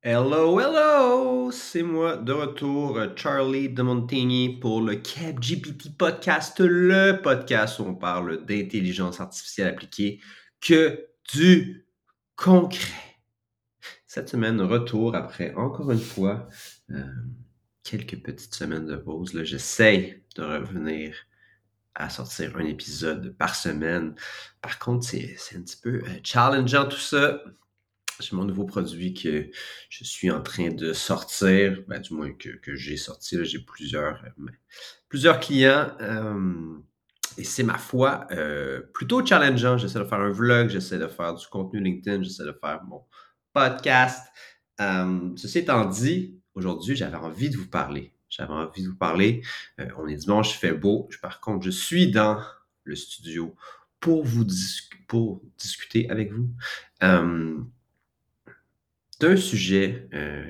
Hello, hello! C'est moi de retour, Charlie de Montigny pour le CapGPT Podcast, le podcast où on parle d'intelligence artificielle appliquée que du concret. Cette semaine, retour après, encore une fois, euh, quelques petites semaines de pause. Là, j'essaie de revenir à sortir un épisode par semaine. Par contre, c'est un petit peu challengeant tout ça. J'ai mon nouveau produit que je suis en train de sortir, du moins que j'ai sorti. Là, j'ai plusieurs clients et c'est ma foi plutôt challengeant. J'essaie de faire un vlog, j'essaie de faire du contenu LinkedIn, j'essaie de faire mon podcast. Ceci étant dit, aujourd'hui, j'avais envie de vous parler. On est dimanche, il fait beau. Par contre, je suis dans le studio pour discuter avec vous. Euh, d'un sujet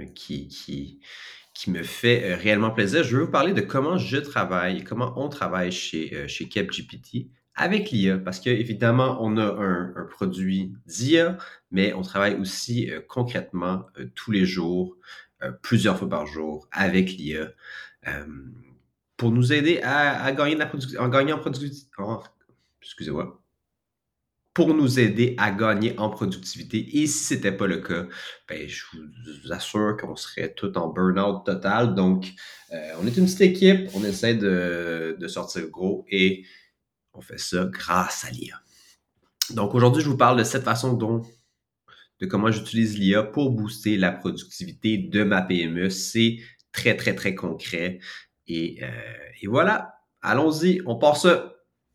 qui me fait réellement plaisir. Je veux vous parler de comment je travaille, comment on travaille chez CapGPT avec l'IA, parce qu'évidemment, on a un produit d'IA, mais on travaille aussi concrètement tous les jours, plusieurs fois par jour avec l'IA, euh, pour nous aider à gagner de la production, en gagnant en productivité. Excusez-moi, pour nous aider à gagner en productivité. Et si c'était pas le cas, je vous assure qu'on serait tout en burn-out total. Donc, on est une petite équipe, on essaie de sortir gros et on fait ça grâce à l'IA. Donc, aujourd'hui, je vous parle de cette façon de comment j'utilise l'IA pour booster la productivité de ma PME. C'est très, très, très concret. Et voilà, allons-y, on part ça.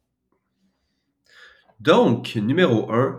Donc, numéro un,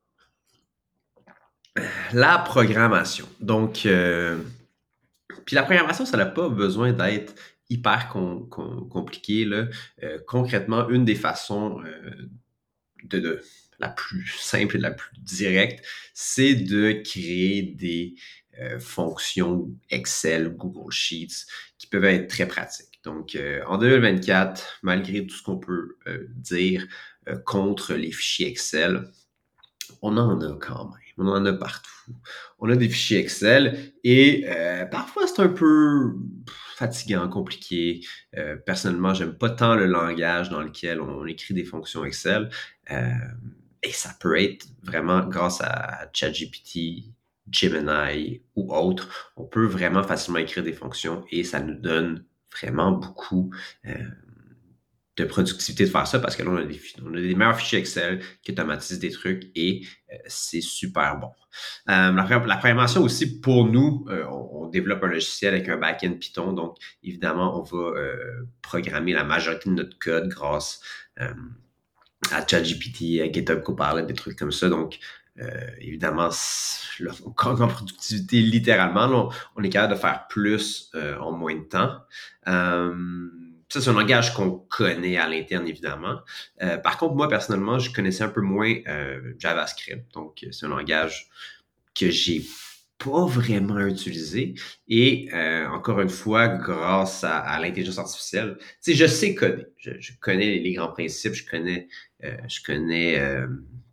la programmation. Donc, puis la programmation, ça n'a pas besoin d'être hyper compliqué, là. Concrètement, une des façons de la plus simple et de la plus directe, c'est de créer des fonctions Excel, Google Sheets qui peuvent être très pratiques. Donc, en 2024, malgré tout ce qu'on peut dire contre les fichiers Excel, on en a quand même. On en a partout. On a des fichiers Excel et parfois c'est un peu fatigant, compliqué. Personnellement, j'aime pas tant le langage dans lequel on écrit des fonctions Excel. Euh, et ça peut être vraiment grâce à ChatGPT, Gemini ou autre, on peut vraiment facilement écrire des fonctions et ça nous donne vraiment beaucoup euh, de productivité de faire ça parce que là, on a des meilleurs fichiers Excel qui automatisent des trucs et c'est super bon. La programmation aussi, pour nous, on développe un logiciel avec un back-end Python, donc évidemment, on va programmer la majorité de notre code grâce à ChatGPT, à GitHub Copilot, des trucs comme ça. Donc, évidemment, là, on gagne en productivité littéralement. Là, on est capable de faire plus en moins de temps. Ça, c'est un langage qu'on connaît à l'interne, évidemment. Par contre, moi, personnellement, je connaissais un peu moins JavaScript. Donc, c'est un langage que j'ai pas vraiment utilisé. Et encore une fois, grâce à l'intelligence artificielle, tu sais, je sais coder. Je connais les grands principes, je connais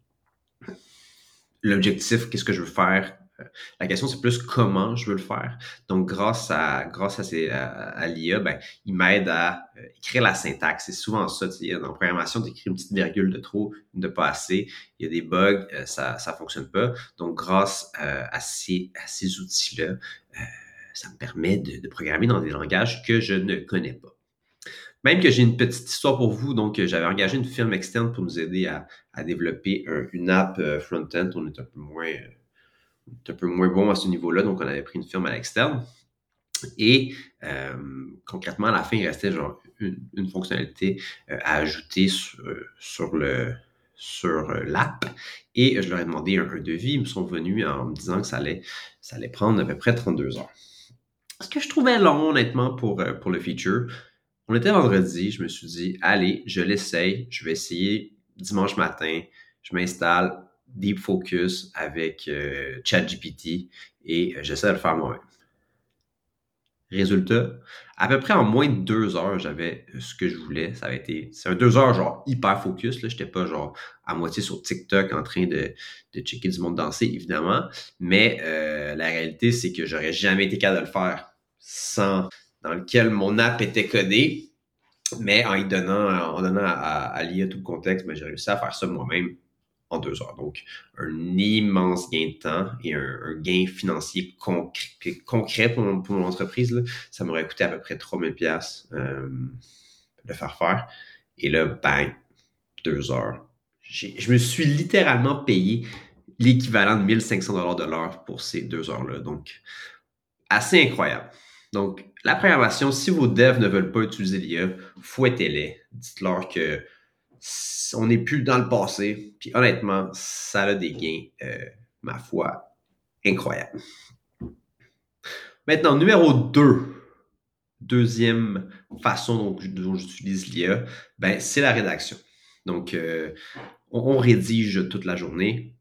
l'objectif, qu'est-ce que je veux faire. La question, c'est plus comment je veux le faire. Donc, grâce à l'IA, il m'aide à écrire la syntaxe. C'est souvent ça. En programmation, tu écris une petite virgule de trop, de pas assez. Il y a des bugs, ça fonctionne pas. Donc, grâce à ces outils-là, ça me permet de programmer dans des langages que je ne connais pas. Même que j'ai une petite histoire pour vous. Donc, j'avais engagé une firme externe pour nous aider à développer une app front-end. On est un peu moins bon à ce niveau-là, donc on avait pris une firme à l'externe. Et concrètement, à la fin, il restait genre une fonctionnalité à ajouter sur l'app. Et je leur ai demandé un devis. Ils me sont venus en me disant que ça allait prendre à peu près 32 heures. Ce que je trouvais long, honnêtement, pour le feature. On était vendredi, je me suis dit, allez, je l'essaye, je vais essayer dimanche matin, je m'installe, deep focus avec ChatGPT et j'essaie de le faire moi-même. Résultat, à peu près en moins de 2 heures, j'avais ce que je voulais. C'est un 2 heures genre hyper focus, là. J'étais pas genre à moitié sur TikTok en train de checker du monde danser, évidemment. Mais la réalité, c'est que j'aurais jamais été capable de le faire sans dans lequel mon app était codée. Mais en donnant à l'IA tout le contexte, ben, j'ai réussi à faire ça moi-même en 2 heures. Donc, un immense gain de temps et un gain financier concret pour mon entreprise. Là. Ça m'aurait coûté à peu près 3000$ de faire. Et là, bang, 2 heures. Je me suis littéralement payé l'équivalent de 1500$ de l'heure pour ces 2 heures-là. Donc, assez incroyable. Donc, la programmation, si vos devs ne veulent pas utiliser l'IA, fouettez-les. Dites-leur que on n'est plus dans le passé. Puis honnêtement, ça a des gains, ma foi, incroyables. Maintenant, numéro 2, deuxième façon dont j'utilise l'IA, ben, c'est la rédaction. Donc, on rédige toute la journée.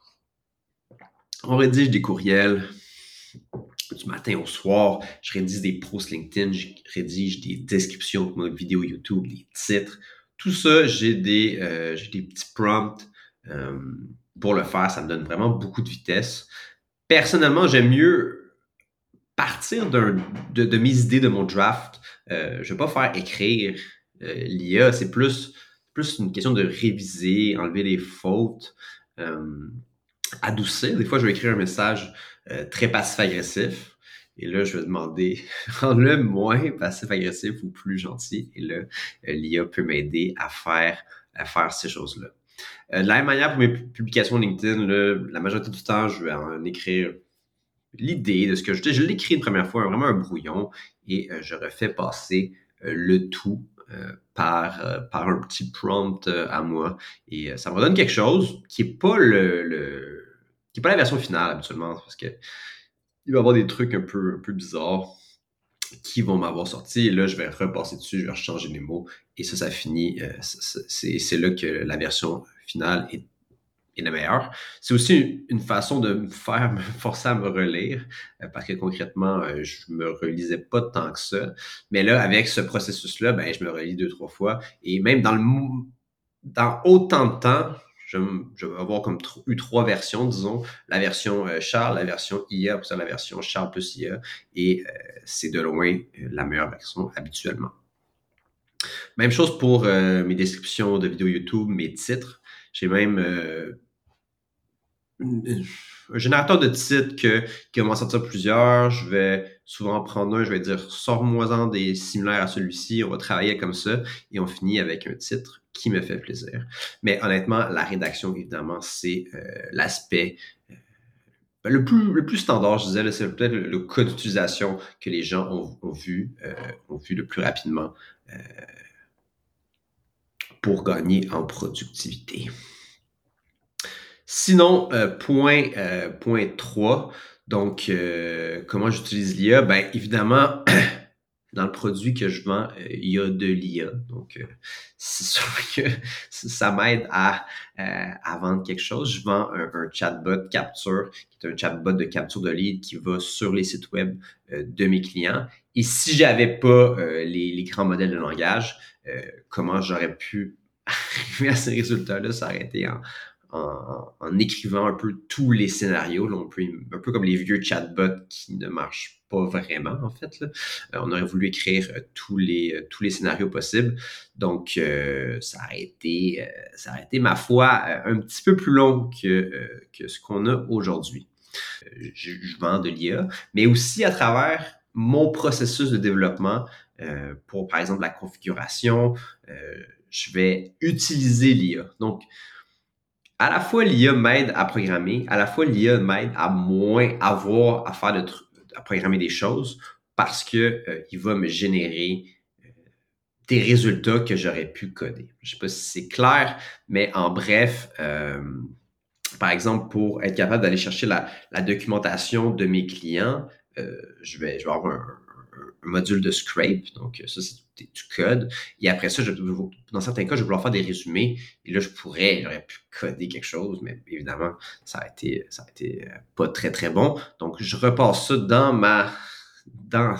On rédige des courriels du matin au soir. Je rédige des posts LinkedIn, je rédige des descriptions de mes vidéos YouTube, des titres. Tout ça, j'ai des petits prompts pour le faire. Ça me donne vraiment beaucoup de vitesse. Personnellement, j'aime mieux partir de mes idées de mon draft. Je ne vais pas faire écrire l'IA. C'est plus une question de réviser, enlever les fautes, adoucir. Des fois, je vais écrire un message très passif-agressif. Et là, je vais demander, rends-le moins passif-agressif ou plus gentil. Et là, l'IA peut m'aider à faire ces choses-là. De la même manière, pour mes publications LinkedIn, là, la majorité du temps, je vais en écrire l'idée de ce que je l'écris une première fois, vraiment un brouillon, et je refais passer le tout par un petit prompt à moi. Et ça me redonne quelque chose qui n'est pas qui est pas la version finale habituellement, parce que il va y avoir des trucs un peu bizarres qui vont m'avoir sorti. Et là, je vais repasser dessus, je vais changer les mots. Et ça finit. C'est là que la version finale est la meilleure. C'est aussi une façon de me forcer à me relire, parce que concrètement, je me relisais pas tant que ça. Mais là, avec ce processus-là, ben, je me relis 2, 3 fois. Et même dans autant de temps, je vais avoir comme eu 3 versions, disons. La version Charles, la version IA, puis ça, la version Charles plus IA. Et c'est de loin la meilleure version habituellement. Même chose pour mes descriptions de vidéos YouTube, mes titres. J'ai même un générateur de titres qui va m'en sortir plusieurs. Je vais souvent en prendre un, je vais dire sors-moi-en des similaires à celui-ci, on va travailler comme ça et on finit avec un titre qui me fait plaisir. Mais honnêtement, la rédaction, évidemment, c'est l'aspect le plus standard, je disais, c'est peut-être le cas d'utilisation que les gens ont vu le plus rapidement pour gagner en productivité. Sinon, point 3, donc comment j'utilise l'IA? Ben évidemment, dans le produit que je vends, il y a de l'IA. Donc, c'est sûr que ça m'aide à vendre quelque chose. Je vends un chatbot capture, qui est un chatbot de capture de lead qui va sur les sites web de mes clients. Et si j'avais pas les grands modèles de langage, comment j'aurais pu arriver à ces résultats-là? Ça aurait été en écrivant un peu tous les scénarios. Là, un peu comme les vieux chatbots qui ne marchent pas vraiment, en fait. Là. On aurait voulu écrire tous les scénarios possibles. Donc, ça aurait été, ma foi, un petit peu plus long que ce qu'on a aujourd'hui. Je vends de l'IA, mais aussi à travers mon processus de développement pour, par exemple, la configuration, je vais utiliser l'IA. Donc, à la fois l'IA m'aide à programmer, à la fois l'IA m'aide à moins avoir à faire à programmer des choses parce que il va me générer des résultats que j'aurais pu coder. Je sais pas si c'est clair, mais en bref, par exemple, pour être capable d'aller chercher la documentation de mes clients, je vais avoir un module de scrape. Donc, ça, c'est du code. Et après ça, dans certains cas, je vais vouloir faire des résumés. Et là, j'aurais pu coder quelque chose, mais évidemment, ça a été pas très, très bon. Donc, je repasse ça dans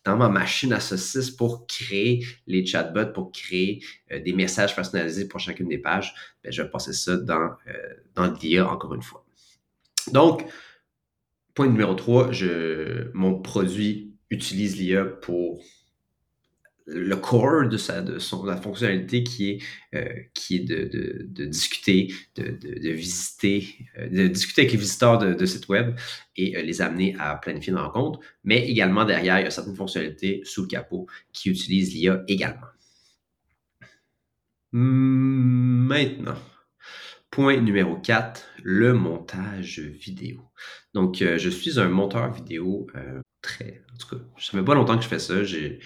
dans ma machine à saucisses pour créer les chatbots, pour créer des messages personnalisés pour chacune des pages, ben, je vais passer ça dans l'IA encore une fois. Donc, point numéro 3, mon produit utilise l'IA pour le core la fonctionnalité qui est de discuter, de visiter, de discuter avec les visiteurs de sites web et les amener à planifier une rencontre. Mais également derrière, il y a certaines fonctionnalités sous le capot qui utilisent l'IA également. Maintenant, point numéro 4, le montage vidéo. Donc, je suis un monteur vidéo en tout cas, ça fait pas longtemps que je fais ça.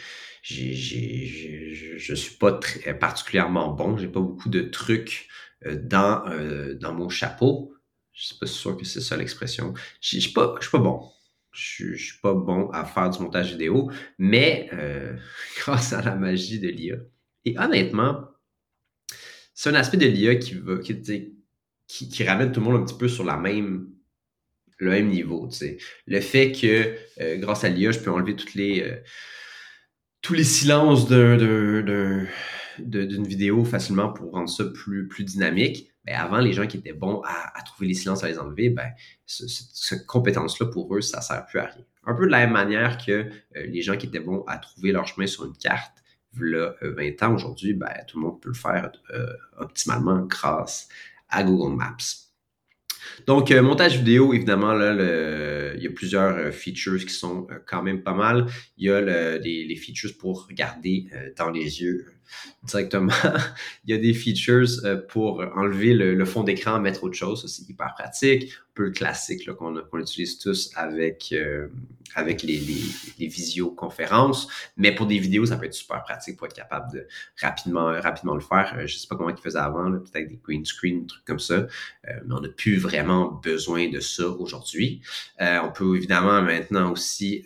Je suis pas très particulièrement bon. J'ai pas beaucoup de trucs dans mon chapeau. Je suis pas sûr que c'est ça l'expression. Je suis pas bon. Je suis pas bon à faire du montage vidéo, mais grâce à la magie de l'IA. Et honnêtement, c'est un aspect de l'IA qui ramène tout le monde un petit peu sur le même niveau, tu sais. Le fait que grâce à l'IA, je peux enlever tous les silences d'une vidéo facilement pour rendre ça plus dynamique. Ben, avant, les gens qui étaient bons à trouver les silences, à les enlever, ben, cette compétence-là, pour eux, ça sert plus à rien. Un peu de la même manière que les gens qui étaient bons à trouver leur chemin sur une carte, là, 20 ans, aujourd'hui, ben, tout le monde peut le faire optimalement grâce à Google Maps. Donc, montage vidéo, évidemment, là, il y a plusieurs features qui sont quand même pas mal. Il y a les features pour regarder dans les yeux directement. Il y a des features pour enlever le fond d'écran, mettre autre chose. Ça, c'est hyper pratique. Un peu le classique là, qu'on utilise tous avec les visioconférences. Mais pour des vidéos, ça peut être super pratique pour être capable de rapidement le faire. Je sais pas comment ils faisaient avant, peut-être avec des green screen, des trucs comme ça. Mais on n'a plus vraiment besoin de ça aujourd'hui. On peut évidemment maintenant aussi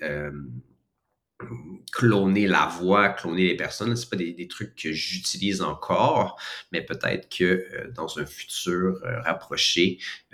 cloner la voix, cloner les personnes. C'est pas des trucs que j'utilise encore, mais peut-être que dans un futur rapproché,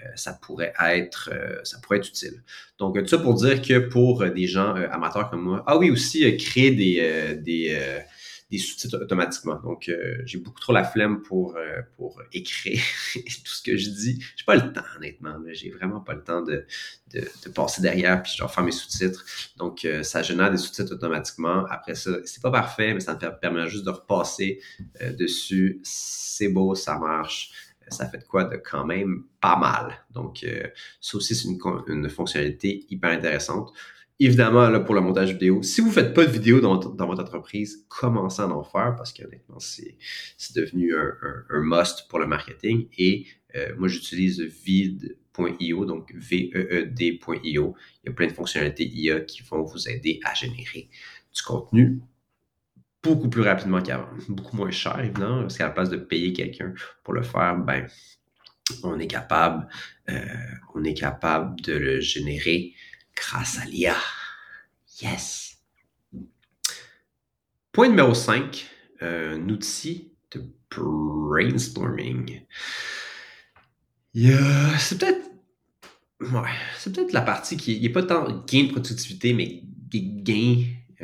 ça pourrait être utile. Donc, tout ça pour dire que pour des gens amateurs comme moi, ah oui, aussi créer des sous-titres automatiquement. Donc, j'ai beaucoup trop la flemme pour écrire tout ce que je dis. J'ai pas le temps, honnêtement. J'ai vraiment pas le temps de passer derrière puis genre faire mes sous-titres. Donc, ça génère des sous-titres automatiquement. Après ça, c'est pas parfait, mais ça me permet juste de repasser dessus. C'est beau, ça marche. Ça fait de quoi de quand même pas mal. Donc, ça aussi, c'est une fonctionnalité hyper intéressante. Évidemment, là, pour le montage vidéo, si vous ne faites pas de vidéo dans votre entreprise, commencez à en faire parce qu'honnêtement, c'est devenu un must pour le marketing. Et moi, j'utilise Veed.io, donc VEED.io. Il y a plein de fonctionnalités IA qui vont vous aider à générer du contenu beaucoup plus rapidement qu'avant. Beaucoup moins cher, évidemment, parce qu'à la place de payer quelqu'un pour le faire, ben, on est capable de le générer grâce à l'IA. Yes! Point numéro 5, un outil de brainstorming. C'est peut-être la partie qui n'est pas tant gain de productivité, mais gain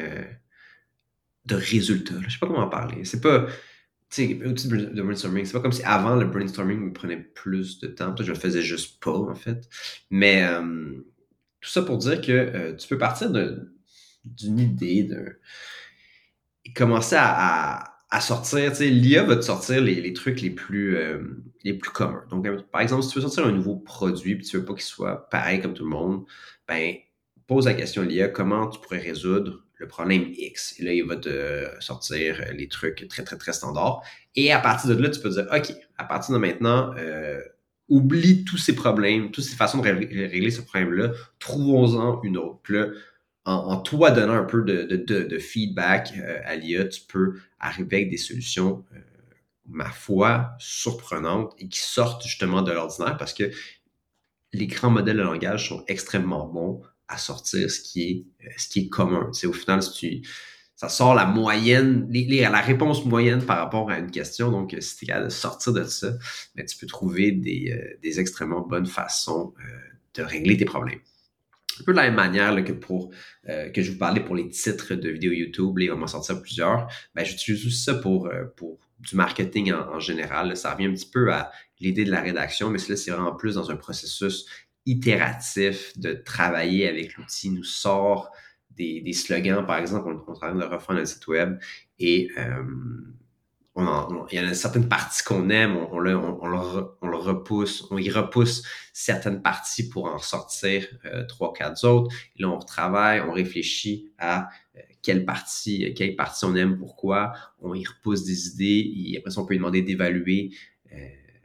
de résultats. Je ne sais pas comment en parler. C'est pas, tu sais, outil de brainstorming, c'est pas comme si avant le brainstorming me prenait plus de temps. Peut-être que je le faisais juste pas, en fait. Mais tout ça pour dire que tu peux partir d'une idée, et commencer à sortir, tu sais, l'IA va te sortir les trucs les plus communs. Donc, par exemple, si tu veux sortir un nouveau produit et tu veux pas qu'il soit pareil comme tout le monde, ben, pose la question à l'IA, comment tu pourrais résoudre le problème X? Et là, il va te sortir les trucs très, très, très standards. Et à partir de là, tu peux dire, OK, à partir de maintenant, oublie tous ces problèmes, toutes ces façons de régler ce problème-là, trouvons-en une autre. Puis là, en toi donnant un peu de feedback à l'IA, tu peux arriver avec des solutions, ma foi, surprenantes et qui sortent justement de l'ordinaire parce que les grands modèles de langage sont extrêmement bons à sortir ce qui est commun. Tu sais, au final, ça sort la moyenne, la réponse moyenne par rapport à une question. Donc, si tu es capable de sortir de ça, ben, tu peux trouver des extrêmement bonnes façons de régler tes problèmes. Un peu de la même manière là, que je vous parlais pour les titres de vidéos YouTube, là, il va m'en sortir plusieurs. Ben, j'utilise aussi ça pour du marketing en général. Là. Ça revient un petit peu à l'idée de la rédaction, mais là, c'est vraiment plus dans un processus itératif de travailler avec l'outil. Il nous sort des slogans, par exemple, on est en train de refaire notre site web et il y en a certaines parties qu'on aime, on le repousse, on y repousse certaines parties pour en sortir trois, quatre autres. Et là, on retravaille, on réfléchit à quelle partie on aime, pourquoi, on y repousse des idées, et après ça, on peut lui demander d'évaluer euh,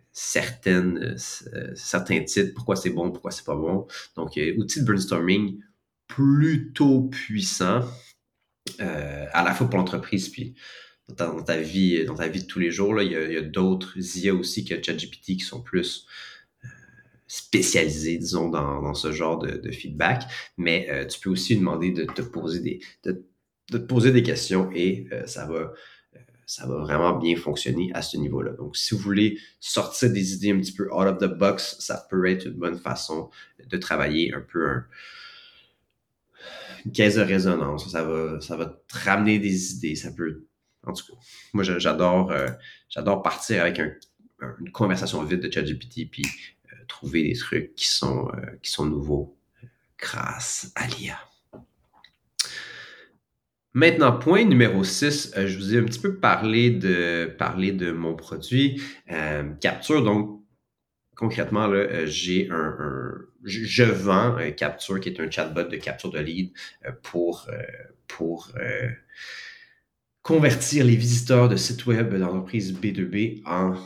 certains titres, pourquoi c'est bon, pourquoi c'est pas bon. Donc, outil de brainstorming plutôt puissant, à la fois pour l'entreprise puis dans ta vie de tous les jours. Là, il y a d'autres IA aussi que ChatGPT qui sont plus spécialisés, disons, dans ce genre de feedback. Mais tu peux aussi lui demander de te poser des questions et ça va vraiment bien fonctionner à ce niveau-là. Donc, si vous voulez sortir des idées un petit peu out of the box, ça peut être une bonne façon de travailler un peu une caisse de résonance. Ça va te ramener des idées. Ça peut, en tout cas, moi, j'adore partir avec une conversation vide de ChatGPT puis trouver des trucs qui sont nouveaux grâce à l'IA. Maintenant, point numéro 6, je vous ai un petit peu parlé de mon produit Capture. Donc, concrètement, là, je vends Capture, qui est un chatbot de capture de lead pour convertir les visiteurs de sites web d'entreprises B2B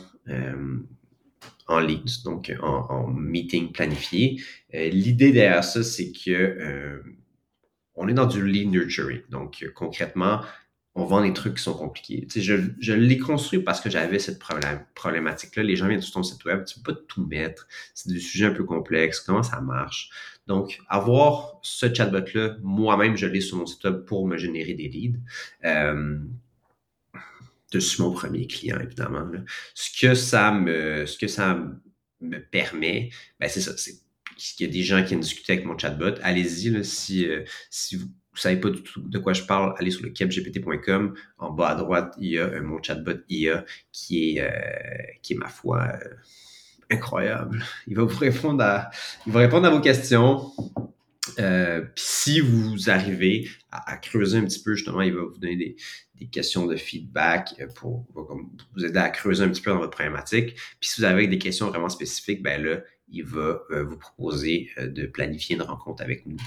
en leads, donc en meeting planifié. L'idée derrière ça, c'est que on est dans du lead nurturing. Donc, concrètement, on vend des trucs qui sont compliqués. Tu sais, je l'ai construit parce que j'avais cette problématique-là. Les gens viennent sur ton site web, tu peux pas tout mettre. C'est des sujets un peu complexes. Comment ça marche? Donc, avoir ce chatbot-là, moi-même, je l'ai sur mon site web pour me générer des leads. Je suis mon premier client, évidemment. Là. Ce que ça me permet, ben c'est ça. C'est qu'il y a des gens qui viennent discuter avec mon chatbot. Allez-y, là, si vous ne savez pas du tout de quoi je parle, allez sur le kepgpt.com. En bas à droite, il y a mon chatbot IA qui est ma foi, incroyable. Il va répondre à vos questions. Puis si vous arrivez à creuser un petit peu, justement, il va vous donner des questions de feedback pour vous aider à creuser un petit peu dans votre problématique. Puis si vous avez des questions vraiment spécifiques, ben là, il va vous proposer de planifier une rencontre avec nous.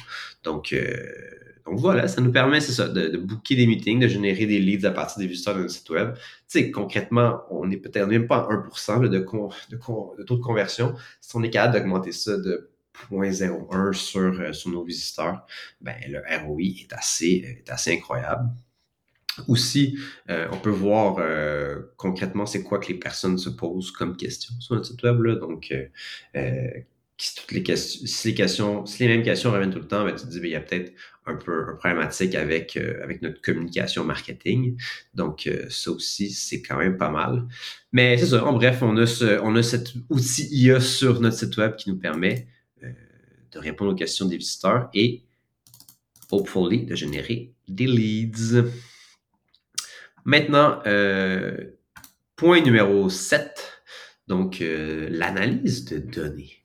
Donc voilà, ça nous permet, c'est ça, de booker des meetings, de générer des leads à partir des visiteurs de notre site web. Tu sais, concrètement, on n'est peut-être même pas à 1% là, de taux de conversion. Si on est capable d'augmenter ça de 0.01 sur nos visiteurs, ben, le ROI est assez incroyable. Aussi, on peut voir concrètement c'est quoi que les personnes se posent comme questions sur notre site web. Là. Donc, si toutes les questions, si les mêmes questions reviennent tout le temps, ben, tu te dis, ben, il y a peut-être un peu un problématique avec notre communication marketing. Donc, ça aussi, c'est quand même pas mal. Mais c'est ça, en bref, on a cet outil IA sur notre site web qui nous permet de répondre aux questions des visiteurs et, hopefully, de générer des leads. Maintenant, point numéro 7, donc l'analyse de données,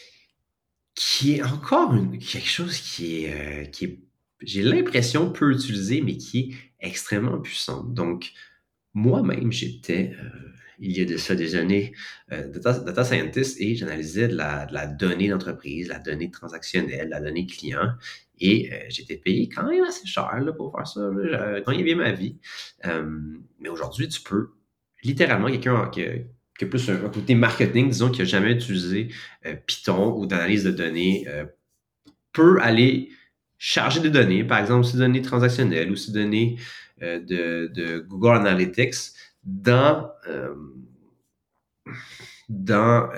qui est encore quelque chose qui est, j'ai l'impression, peu utilisé, mais qui est extrêmement puissante. Donc, moi-même, j'étais, il y a de ça des années, data scientist et j'analysais de la donnée d'entreprise, la donnée transactionnelle, la donnée client. Et j'étais payé quand même assez cher là, pour faire ça. Là. Je gagnais bien ma vie. Mais aujourd'hui, tu peux littéralement, quelqu'un qui a plus un côté marketing, disons, qui n'a jamais utilisé Python ou d'analyse de données, peut aller charger des données, par exemple, ces données transactionnelles ou ces données de Google Analytics dans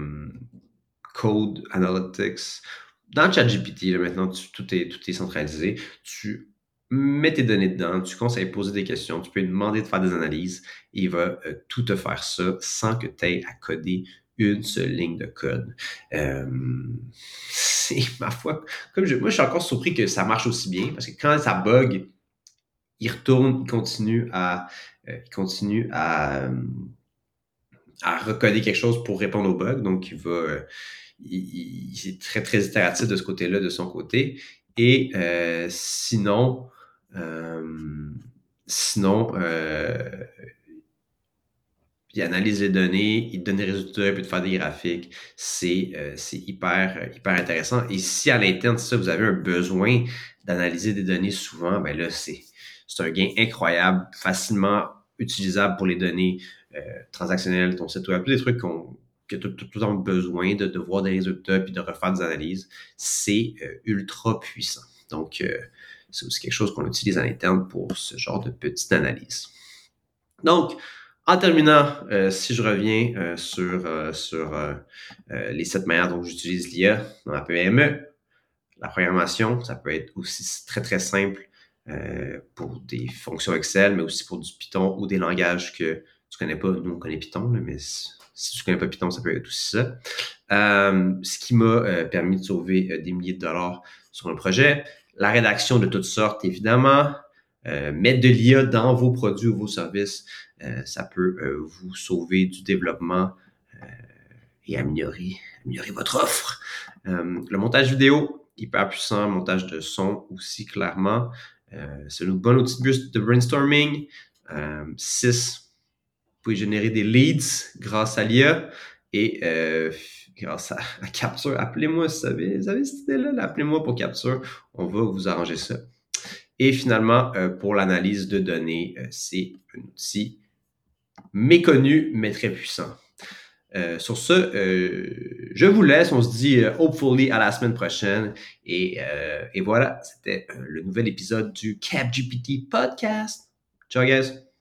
Code Analytics, dans ChatGPT, là, maintenant, tout est centralisé. Tu mets tes données dedans, tu conseilles poser des questions, tu peux lui demander de faire des analyses, et il va tout te faire ça sans que tu aies à coder une seule ligne de code. C'est, ma foi, moi, je suis encore surpris que ça marche aussi bien, parce que quand ça bug, il retourne, il continue à recoder quelque chose pour répondre aux bugs. Donc, c'est très, très itératif de ce côté-là, de son côté. Et euh, sinon, il analyse les données, il te donne des résultats, il peut te faire des graphiques. C'est hyper intéressant. Et si à l'interne, ça, vous avez un besoin d'analyser des données souvent, ben là, c'est un gain incroyable, facilement utilisable pour les données transactionnelles, ton site web, tous les trucs que tu as tout le temps besoin de voir des résultats puis de refaire des analyses. C'est ultra puissant. Donc, c'est aussi quelque chose qu'on utilise à l'interne pour ce genre de petite analyse. Donc, en terminant, si je reviens sur les 7 manières dont j'utilise l'IA dans ma PME, la programmation, ça peut être aussi très, très simple pour des fonctions Excel, mais aussi pour du Python ou des langages que tu connais pas. Nous, on connaît Python, là, mais si tu connais pas Python, ça peut être aussi ça. Ce qui m'a permis de sauver des milliers de dollars sur un projet. La rédaction de toutes sortes, évidemment. Mettre de l'IA dans vos produits ou vos services, ça peut vous sauver du développement et améliorer votre offre. Le montage vidéo, hyper puissant. Montage de son aussi, clairement. C'est un bon outil de brainstorming. 6, vous pouvez générer des leads grâce à l'IA et grâce à la Capture. Appelez-moi si vous avez cette idée-là, appelez-moi pour Capture. On va vous arranger ça. Et finalement, pour l'analyse de données, c'est un outil méconnu, mais très puissant. Sur ce, je vous laisse. On se dit hopefully à la semaine prochaine. Et voilà, c'était le nouvel épisode du CapGPT Podcast. Ciao, guys!